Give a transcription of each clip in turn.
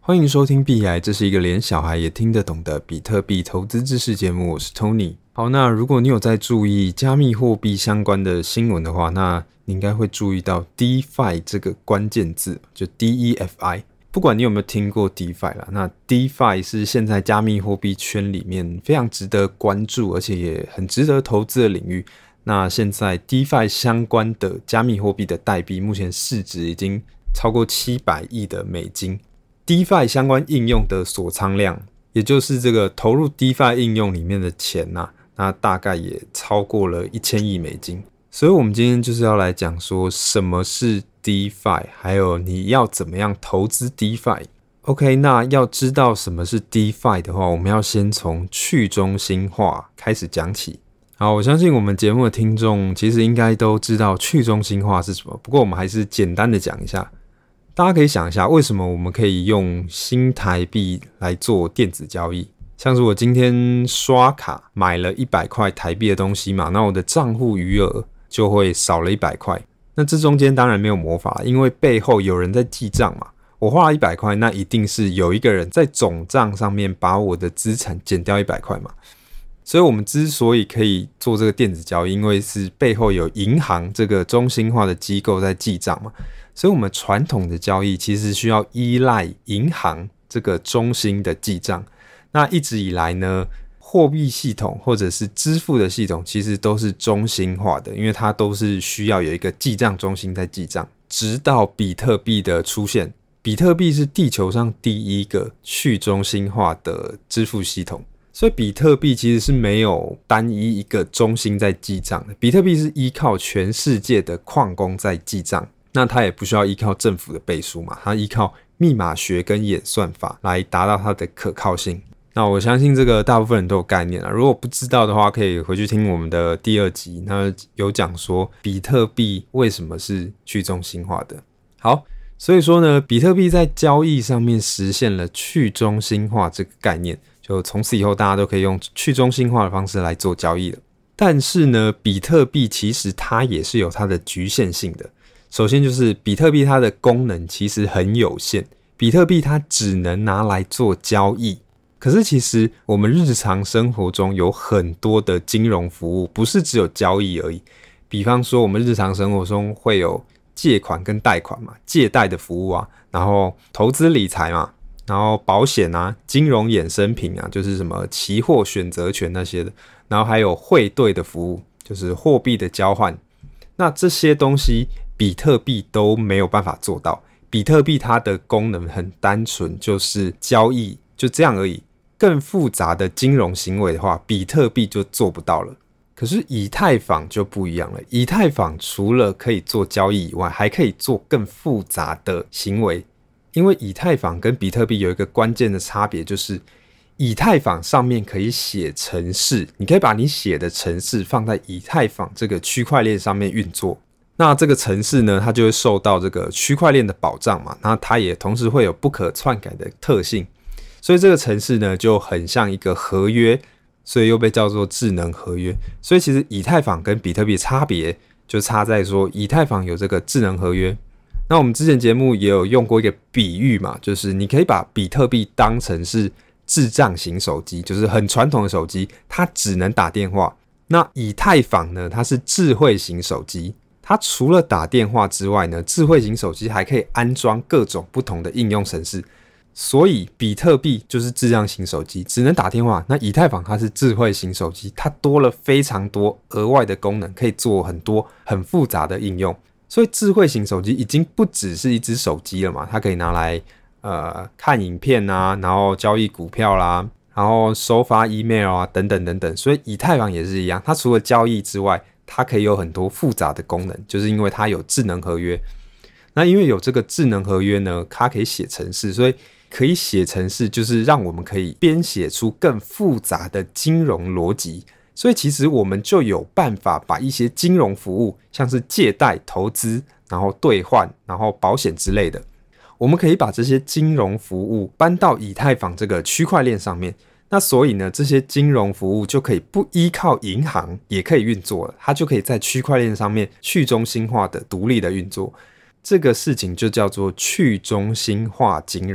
欢迎收听币癌，这是一个连小孩也听得懂的比特币投资知识节目，我是 Tony。好，那如果你有在注意加密货币相关的新闻的话，那你应该会注意到 DeFi 这个关键字，就 DEFI。不管你有没有听过 DeFi 啦，那 DeFi 是现在加密货币圈里面非常值得关注，而且也很值得投资的领域。那现在 DeFi 相关的加密货币的代币，目前市值已经超过700亿的美金。DeFi 相关应用的锁仓量，也就是这个投入 DeFi 应用里面的钱那大概也超过了1000亿美金。所以我们今天就是要来讲说什么是 DeFi， 还有你要怎么样投资 DeFi。OK， 那要知道什么是 DeFi 的话，我们要先从去中心化开始讲起。好，我相信我们节目的听众其实应该都知道去中心化是什么，不过我们还是简单的讲一下。大家可以想一下，为什么我们可以用新台币来做电子交易？像是我今天刷卡买了100块台币的东西嘛，那我的账户余额就会少了100块。那这中间当然没有魔法，因为背后有人在记账嘛。我花了100块，那一定是有一个人在总账上面把我的资产减掉100块嘛。所以我们之所以可以做这个电子交易，因为是背后有银行这个中心化的机构在记账嘛。所以我们传统的交易其实需要依赖银行这个中心的记账。那一直以来呢，货币系统或者是支付的系统其实都是中心化的，因为它都是需要有一个记账中心在记账。直到比特币的出现，比特币是地球上第一个去中心化的支付系统。所以比特币其实是没有单一一个中心在记账的，比特币是依靠全世界的矿工在记账。那它也不需要依靠政府的背书嘛，它依靠密码学跟演算法来达到它的可靠性。那我相信这个大部分人都有概念啦，如果不知道的话，可以回去听我们的第2集，那有讲说比特币为什么是去中心化的。好，所以说呢，比特币在交易上面实现了去中心化这个概念，就从此以后大家都可以用去中心化的方式来做交易了。但是呢，比特币其实它也是有它的局限性的。首先就是比特币它的功能其实很有限，比特币它只能拿来做交易。可是其实我们日常生活中有很多的金融服务，不是只有交易而已。比方说我们日常生活中会有借款跟贷款嘛，借贷的服务啊，然后投资理财嘛，然后保险啊，金融衍生品啊，就是什么期货选择权那些的，然后还有汇兑的服务，就是货币的交换。那这些东西比特币都没有办法做到。比特币它的功能很单纯，就是交易，就这样而已。更复杂的金融行为的话，比特币就做不到了。可是以太坊就不一样了，以太坊除了可以做交易以外，还可以做更复杂的行为。因为以太坊跟比特币有一个关键的差别，就是以太坊上面可以写程式，你可以把你写的程式放在以太坊这个区块链上面运作。那这个程式呢，它就会受到这个区块链的保障嘛，那它也同时会有不可篡改的特性，所以这个程式呢就很像一个合约，所以又被叫做智能合约。所以其实以太坊跟比特币的差别就差在说，以太坊有这个智能合约。那我们之前节目也有用过一个比喻嘛，就是你可以把比特币当成是智障型手机，就是很传统的手机，它只能打电话。那以太坊呢，它是智慧型手机，它除了打电话之外呢，智慧型手机还可以安装各种不同的应用程式。所以比特币就是智障型手机，只能打电话，那以太坊它是智慧型手机，它多了非常多额外的功能，可以做很多很复杂的应用。所以智慧型手机已经不只是一只手机了嘛，它可以拿来看影片啊，然后交易股票啦，然后收发 email 啊，等等等等。所以以太坊也是一样，它除了交易之外，它可以有很多复杂的功能，就是因为它有智能合约。那因为有这个智能合约呢，它可以写程式，所以可以写程式就是让我们可以编写出更复杂的金融逻辑。所以其实我们就有办法把一些金融服务，像是借贷、投资，然后兑换，然后保险之类的，我们可以把这些金融服务搬到以太坊这个区块链上面。那所以呢，这些金融服务就可以不依靠银行也可以运作了，它就可以在区块链上面去中心化的独立的运作。这个事情就叫做去中心化金融。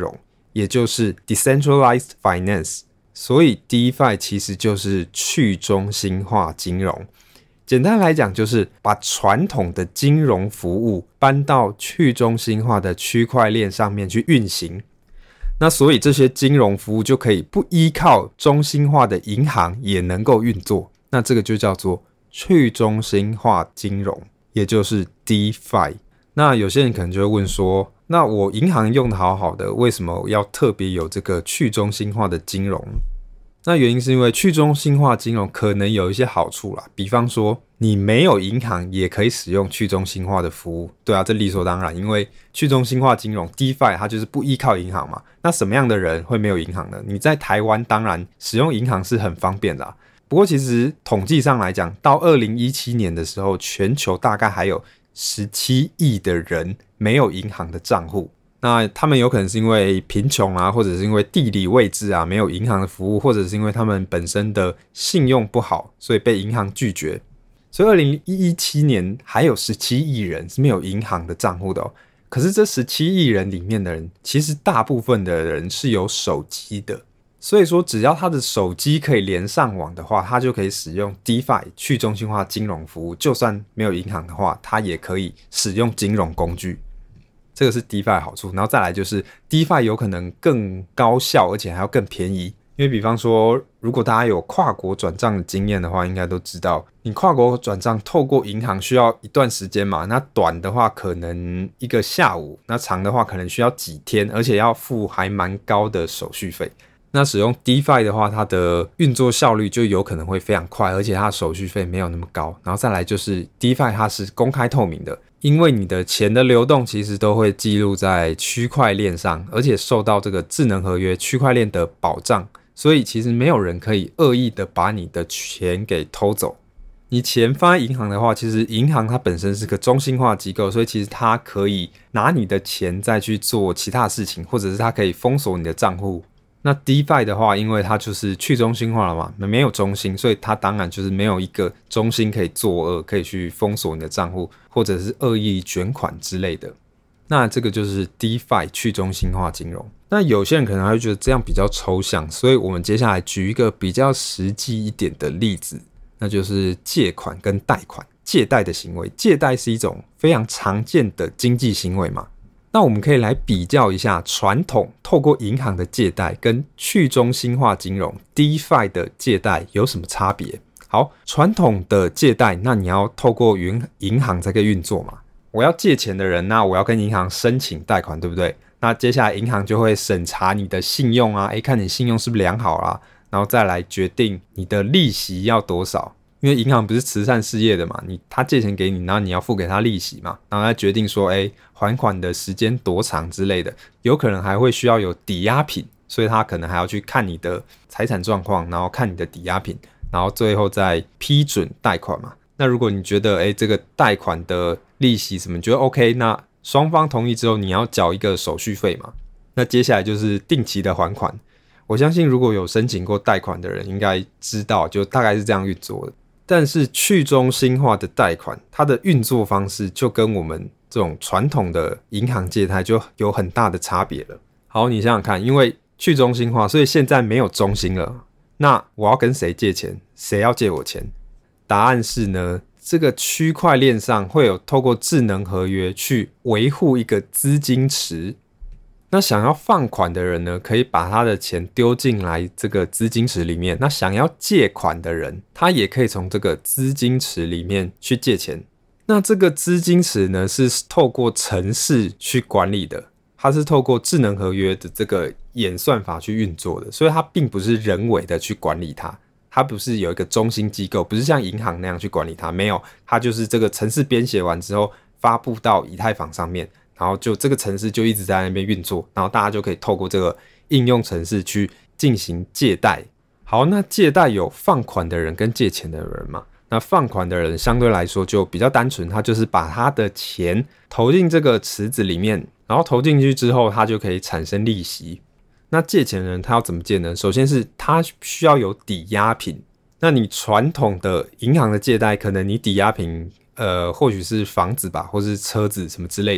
也就是 Decentralized Finance。所以 DeFi 其实就是去中心化金融。简单来讲，就是把传统的金融服务搬到去中心化的区块链上面去运行。那所以这些金融服务就可以不依靠中心化的银行也能够运作。那这个就叫做去中心化金融，也就是 DeFi。那有些人可能就会问说，那我银行用的好好的，为什么要特别有这个去中心化的金融？那原因是因为去中心化金融可能有一些好处啦，比方说你没有银行也可以使用去中心化的服务。对啊，这理所当然，因为去中心化金融 DeFi 它就是不依靠银行嘛。那什么样的人会没有银行呢？你在台湾当然使用银行是很方便的啦。不过其实统计上来讲，到2017年的时候，全球大概还有17亿的人没有银行的账户。那他们有可能是因为贫穷啊，或者是因为地理位置啊，没有银行的服务，或者是因为他们本身的信用不好，所以被银行拒绝。所以2017年还有17亿人是没有银行的账户的哦。可是这17亿人里面的人，其实大部分的人是有手机的。所以说只要他的手机可以连上网的话，他就可以使用 DeFi 去中心化金融服务。就算没有银行的话，他也可以使用金融工具。这个是 DeFi 的好处。然后再来就是 DeFi 有可能更高效，而且还要更便宜。因为比方说，如果大家有跨国转账的经验的话，应该都知道，你跨国转账透过银行需要一段时间嘛，那短的话可能一个下午，那长的话可能需要几天，而且要付还蛮高的手续费。那使用 DeFi 的话，它的运作效率就有可能会非常快，而且它的手续费没有那么高。然后再来就是 DeFi 它是公开透明的，因为你的钱的流动其实都会记录在区块链上，而且受到这个智能合约区块链的保障，所以其实没有人可以恶意的把你的钱给偷走。你钱放在银行的话，其实银行它本身是个中心化机构，所以其实它可以拿你的钱再去做其他事情，或者是它可以封锁你的账户。那 DeFi 的话，因为它就是去中心化了嘛，没有中心，所以它当然就是没有一个中心可以作恶，可以去封锁你的账户，或者是恶意卷款之类的。那这个就是 DeFi 去中心化金融。那有些人可能还会觉得这样比较抽象，所以我们接下来举一个比较实际一点的例子，那就是借款跟贷款，借贷的行为。借贷是一种非常常见的经济行为嘛。那我们可以来比较一下传统透过银行的借贷跟去中心化金融 DeFi 的借贷有什么差别。好，传统的借贷，那你要透过银行才可以运作嘛。我要借钱的人，那我要跟银行申请贷款，对不对？那接下来银行就会审查你的信用啊，看你信用是不是良好啦，然后再来决定你的利息要多少。因为银行不是慈善事业的嘛，他借钱给你，然后你要付给他利息嘛，然后他决定说，还款的时间多长之类的，有可能还会需要有抵押品，所以他可能还要去看你的财产状况，然后看你的抵押品，然后最后再批准贷款嘛。那如果你觉得，这个贷款的利息什么你觉得 OK， 那双方同意之后，你要缴一个手续费嘛。那接下来就是定期的还款。我相信如果有申请过贷款的人，应该知道，就大概是这样运作的。但是去中心化的贷款，它的运作方式就跟我们这种传统的银行借贷就有很大的差别了。好，你想想看，因为去中心化，所以现在没有中心了。那我要跟谁借钱？谁要借我钱？答案是呢，这个区块链上会有透过智能合约去维护一个资金池。那想要放款的人呢，可以把他的钱丢进来这个资金池里面。那想要借款的人，他也可以从这个资金池里面去借钱。那这个资金池呢，是透过程式去管理的，它是透过智能合约的这个演算法去运作的，所以它并不是人为的去管理它。它不是有一个中心机构，不是像银行那样去管理它，没有，它就是这个程式编写完之后发布到以太坊上面。然后就这个程式就一直在那边运作，然后大家就可以透过这个应用程式去进行借贷。好，那借贷有放款的人跟借钱的人嘛。那放款的人相对来说就比较单纯，他就是把他的钱投进这个池子里面，然后投进去之后，他就可以产生利息。那借钱的人他要怎么借呢？首先是他需要有抵押品。那你传统的银行的借贷，可能你抵押品或许是房子吧，或是车子什么之类的。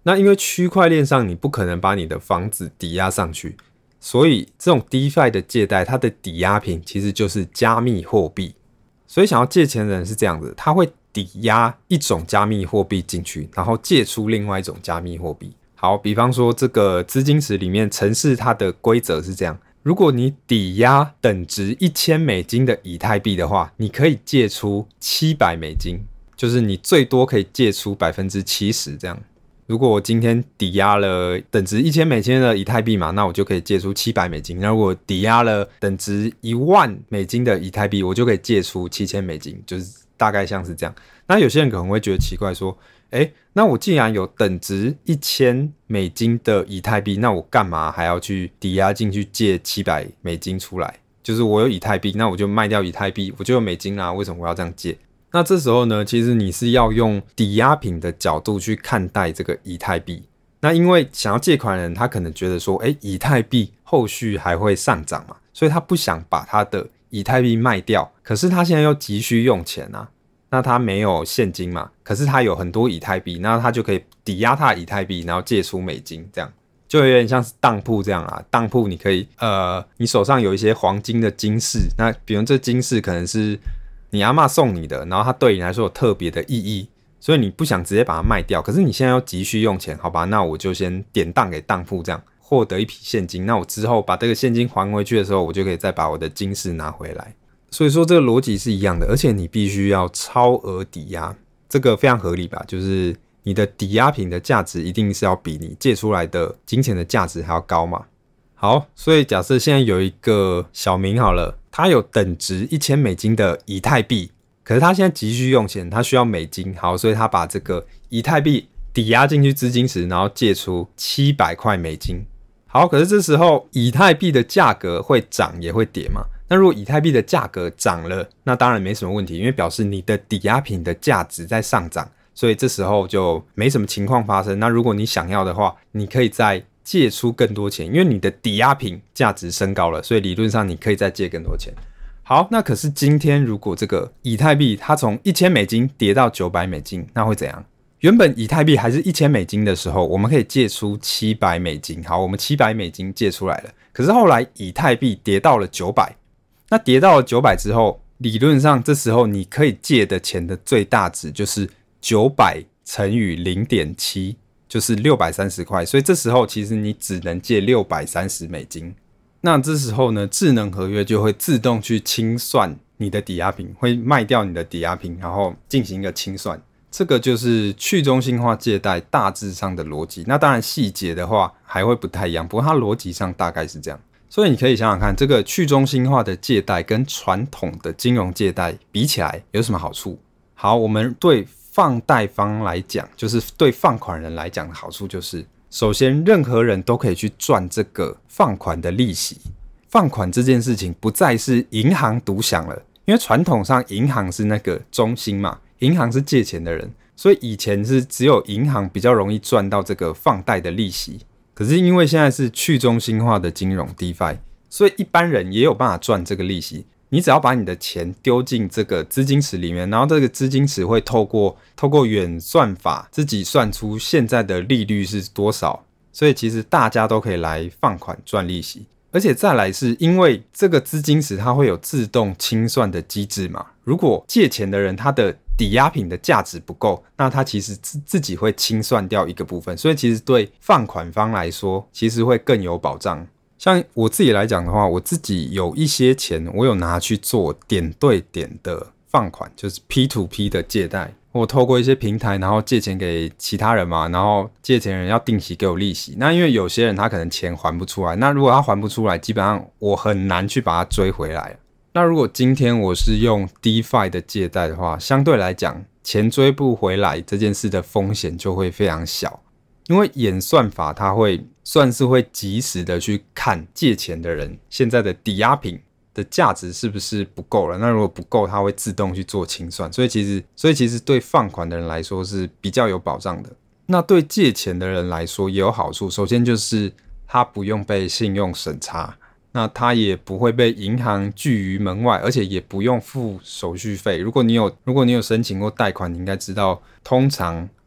那因为区块链上你不可能把你的房子抵押上去，所以这种 DeFi 的借贷，它的抵押品其实就是加密货币。所以想要借钱的人是这样子，他会抵押一种加密货币进去，然后借出另外一种加密货币。好，比方说这个资金池里面程式它的规则是这样，如果你抵押等值$1000的以太币的话，你可以借出$700，就是你最多可以借出 70% 这样。如果我今天抵押了等值$1000的以太币嘛，那我就可以借出$700。那如果抵押了等值$10000的以太币，我就可以借出$7000，就是大概像是这样。那有些人可能会觉得奇怪说，那我既然有等值$1000的以太币，那我干嘛还要去抵押进去借$700出来？就是我有以太币，那我就卖掉以太币，我就有美金啦，为什么我要这样借？那这时候呢，其实你是要用抵押品的角度去看待这个以太币。那因为想要借款的人，他可能觉得说，以太币后续还会上涨嘛，所以他不想把他的以太币卖掉，可是他现在又急需用钱啊，那他没有现金嘛，可是他有很多以太币，那他就可以抵押他的以太币，然后借出美金，这样就有点像是当铺这样啊。当铺你可以你手上有一些黄金的金饰，那比如这金饰可能是你阿嬷送你的，然后它对你来说有特别的意义，所以你不想直接把它卖掉，可是你现在又急需用钱，好吧，那我就先典当给当铺，这样获得一笔现金，那我之后把这个现金还回去的时候，我就可以再把我的金饰拿回来。所以说这个逻辑是一样的，而且你必须要超额抵押，这个非常合理吧，就是你的抵押品的价值一定是要比你借出来的金钱的价值还要高嘛。好，所以假设现在有一个小明好了，他有等值$1000的以太币，可是他现在急需用钱，他需要美金，好，所以他把这个以太币抵押进去资金池，然后借出$700。好，可是这时候以太币的价格会涨也会跌嘛？那如果以太币的价格涨了，那当然没什么问题，因为表示你的抵押品的价值在上涨，所以这时候就没什么情况发生。那如果你想要的话，你可以再借出更多钱，因为你的抵押品价值升高了，所以理论上你可以再借更多钱。好，那可是今天如果这个以太币它从$1000跌到$900，那会怎样？原本以太币还是$1000的时候，我们可以借出$700。好，我们$700借出来了。可是后来以太币跌到了900，那跌到了900之后，理论上这时候你可以借的钱的最大值就是900乘以 0.7， 就是630块。所以这时候其实你只能借$630。那这时候呢，智能合约就会自动去清算你的抵押品，会卖掉你的抵押品，然后进行一个清算。这个就是去中心化借贷大致上的逻辑，那当然细节的话还会不太一样，不过它逻辑上大概是这样。所以你可以想想看，这个去中心化的借贷跟传统的金融借贷比起来有什么好处？好，我们对放贷方来讲，就是对放款人来讲的好处就是，首先任何人都可以去赚这个放款的利息。放款这件事情不再是银行独享了，因为传统上银行是那个中心嘛，银行是借钱的人，所以以前是只有银行比较容易赚到这个放贷的利息。可是因为现在是去中心化的金融 DeFi， 所以一般人也有办法赚这个利息。你只要把你的钱丢进这个资金池里面，然后这个资金池会透过远算法自己算出现在的利率是多少，所以其实大家都可以来放款赚利息。而且再来是因为这个资金池它会有自动清算的机制嘛，如果借钱的人他的抵押品的价值不够，那他其实自己会清算掉一个部分，所以其实对放款方来说其实会更有保障。像我自己来讲的话，我自己有一些钱我有拿去做点对点的放款，就是 P2P 的借贷，我透过一些平台然后借钱给其他人嘛，然后借钱人要定期给我利息，那因为有些人他可能钱还不出来，那如果他还不出来，基本上我很难去把他追回来。那如果今天我是用 DeFi 的借贷的话，相对来讲钱追不回来这件事的风险就会非常小，因为演算法它会算是会及时的去看借钱的人现在的抵押品的价值是不是不够了，那如果不够它会自动去做清算，所以其实对放款的人来说是比较有保障的。那对借钱的人来说也有好处，首先就是他不用被信用审查，那他也不会被银行拒于门外，而且也不用付手续费。如果你有申请过贷款，你应该知道通常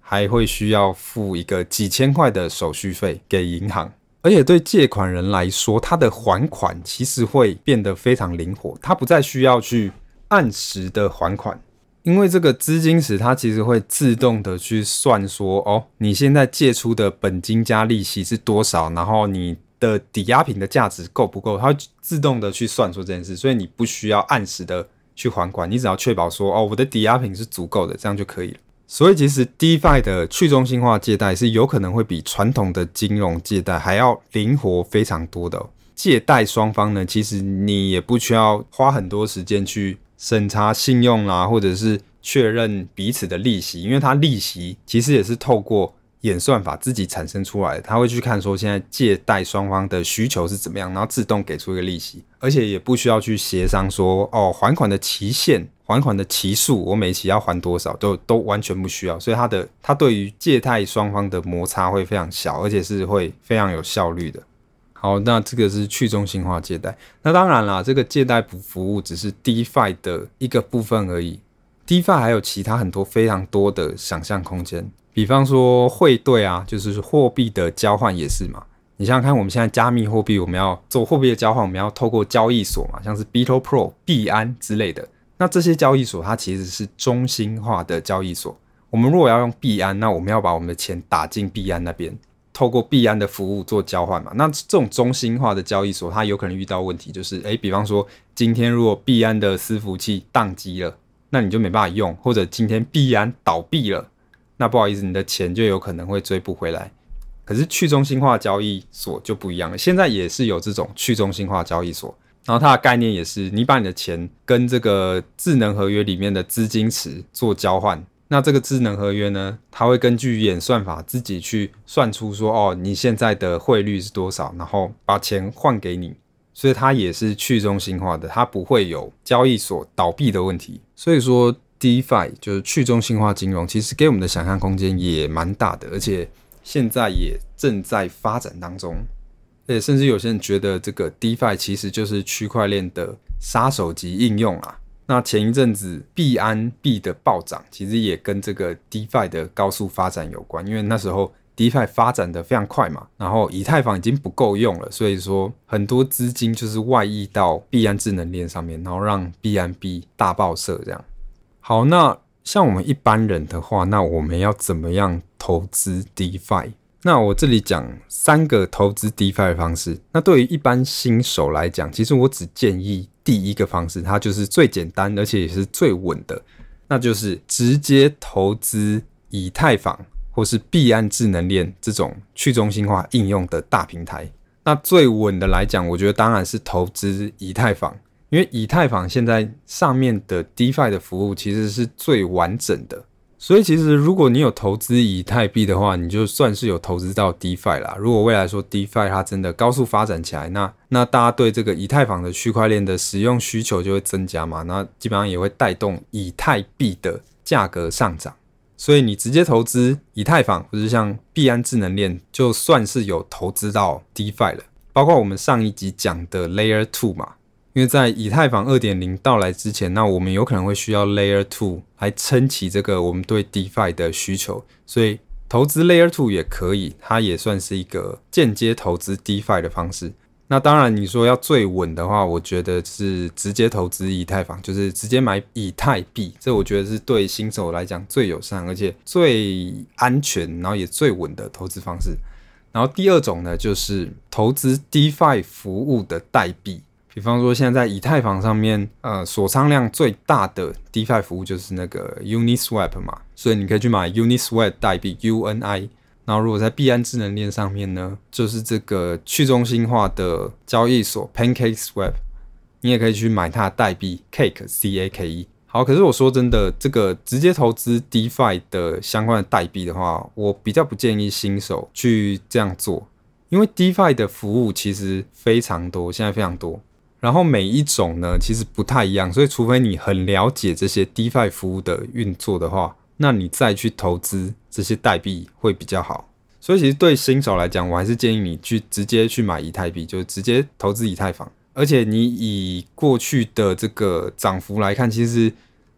还会需要付一个几千块的手续费给银行。而且对借款人来说，他的还款其实会变得非常灵活，他不再需要去按时的还款，因为这个资金池它其实会自动的去算说，你现在借出的本金加利息是多少，然后你的抵押品的价值够不够，它会自动的去算出这件事，所以你不需要按时的去还款，你只要确保说，我的抵押品是足够的，这样就可以了。所以其实 DeFi 的去中心化借贷是有可能会比传统的金融借贷还要灵活非常多的。借贷双方呢，其实你也不需要花很多时间去审查信用啦，或者是确认彼此的利息，因为它利息其实也是透过演算法自己产生出来的，他会去看说现在借贷双方的需求是怎么样，然后自动给出一个利息，而且也不需要去协商说还款的期限、还款的期数，我每期要还多少，都完全不需要，所以它对于借贷双方的摩擦会非常小，而且是会非常有效率的。好，那这个是去中心化借贷。那当然啦，这个借贷服务只是 DeFi 的一个部分而已。DeFi 还有其他很多非常多的想象空间，比方说汇兑啊，就是货币的交换也是嘛。你想想看，我们现在加密货币，我们要做货币的交换，我们要透过交易所嘛，像是 BitoPro、币安之类的。那这些交易所它其实是中心化的交易所。我们如果要用币安，那我们要把我们的钱打进币安那边，透过币安的服务做交换嘛。那这种中心化的交易所，它有可能遇到问题，就是比方说今天如果币安的伺服器宕机了，那你就没办法用，或者今天币安倒闭了，那不好意思，你的钱就有可能会追不回来。可是去中心化交易所就不一样了，现在也是有这种去中心化交易所，然后它的概念也是你把你的钱跟这个智能合约里面的资金池做交换，那这个智能合约呢，它会根据演算法自己去算出说你现在的汇率是多少，然后把钱换给你，所以它也是去中心化的，它不会有交易所倒闭的问题。所以说 DeFi 就是去中心化金融，其实给我们的想象空间也蛮大的，而且现在也正在发展当中。而且甚至有些人觉得这个 DeFi 其实就是区块链的杀手级应用啦。那前一阵子币安币的暴涨，其实也跟这个 DeFi 的高速发展有关，因为那时候 DeFi 发展的非常快嘛，然后以太坊已经不够用了，所以说很多资金就是外溢到币安智能链上面，然后让币安币大爆射这样。好，那像我们一般人的话，那我们要怎么样投资 DeFi？ 那我这里讲3个投资 DeFi 的方式。那对于一般新手来讲，其实我只建议第一个方式，它就是最简单而且也是最稳的，那就是直接投资以太坊或是币安智能链这种去中心化应用的大平台。那最稳的来讲，我觉得当然是投资以太坊，因为以太坊现在上面的 DeFi 的服务其实是最完整的，所以其实如果你有投资以太币的话，你就算是有投资到 DeFi 啦。如果未来说 DeFi 它真的高速发展起来，那大家对这个以太坊的区块链的使用需求就会增加嘛，那基本上也会带动以太币的价格上涨。所以你直接投资以太坊或者像币安智能链，就算是有投资到 DeFi 了。包括我们上一集讲的 Layer 2嘛，因为在以太坊 2.0 到来之前，那我们有可能会需要 Layer 2来撑起这个我们对 DeFi 的需求，所以投资 Layer 2也可以，它也算是一个间接投资 DeFi 的方式。那当然你说要最稳的话，我觉得是直接投资以太坊，就是直接买以太币，这我觉得是对新手来讲最友善而且最安全然后也最稳的投资方式。然后第二种呢，就是投资 DeFi 服务的代币，比方说现在在以太坊上面锁仓量最大的 DeFi 服务就是那个 Uniswap 嘛，所以你可以去买 Uniswap 代币 UNI。然后如果在币安智能链上面呢，就是这个去中心化的交易所 PancakeSwap， 你也可以去买它的代币 Cake CAKE。 好，可是我说真的，这个直接投资 DeFi 的相关的代币的话，我比较不建议新手去这样做，因为 DeFi 的服务其实非常多，现在非常多，然后每一种呢其实不太一样，所以除非你很了解这些 DeFi 服务的运作的话，那你再去投资这些代币会比较好。所以其实对新手来讲，我还是建议你直接去买以太币，就是直接投资以太坊。而且你以过去的这个涨幅来看，其实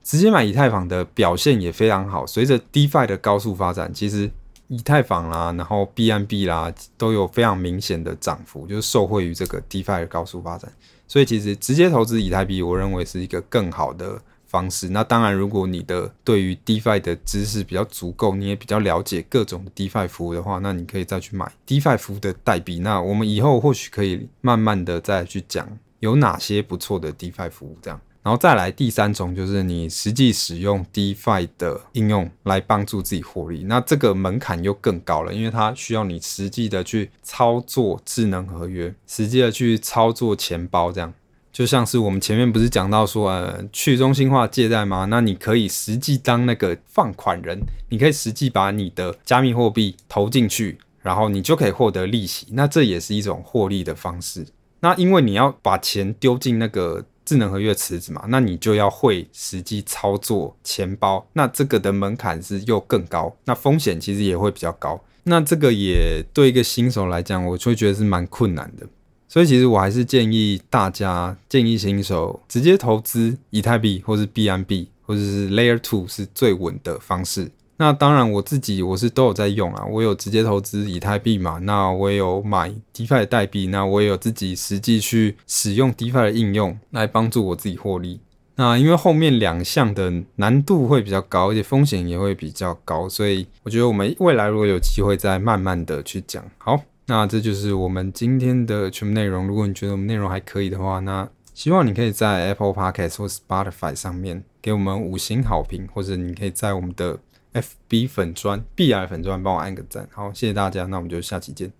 直接买以太坊的表现也非常好。随着 DeFi 的高速发展，其实以太坊啦，然后 BNB 啦，都有非常明显的涨幅，就是受惠于这个 DeFi 的高速发展。所以其实直接投资以太币，我认为是一个更好的方式。那当然，如果你的对于 DeFi 的知识比较足够，你也比较了解各种的 DeFi 服务的话，那你可以再去买 DeFi 服务的代币。那我们以后或许可以慢慢的再去讲有哪些不错的 DeFi 服务这样。然后再来第三种就是你实际使用 DeFi 的应用来帮助自己获利，那这个门槛又更高了，因为它需要你实际的去操作智能合约，实际的去操作钱包这样。就像是我们前面不是讲到说去中心化借贷吗？那你可以实际当那个放款人，你可以实际把你的加密货币投进去，然后你就可以获得利息，那这也是一种获利的方式。那因为你要把钱丢进那个智能合约池子嘛，那你就要会实际操作钱包，那这个的门槛是又更高，那风险其实也会比较高，那这个也对一个新手来讲，我就会觉得是蛮困难的。所以其实我还是建议大家，建议新手直接投资以太币或是 BNB 或者是 Layer 2是最稳的方式。那当然我自己是都有在用啊，我有直接投资以太币嘛，那我也有买 DeFi 的代币，那我也有自己实际去使用 DeFi 的应用来帮助我自己获利。那因为后面两项的难度会比较高，而且风险也会比较高，所以我觉得我们未来如果有机会再慢慢的去讲。好，那这就是我们今天的全部内容。如果你觉得我们内容还可以的话，那希望你可以在 Apple Podcast 或 Spotify 上面给我们5星好评，或者你可以在我们的 FB 粉专 BR 粉专帮我按个赞。好，谢谢大家，那我们就下期见。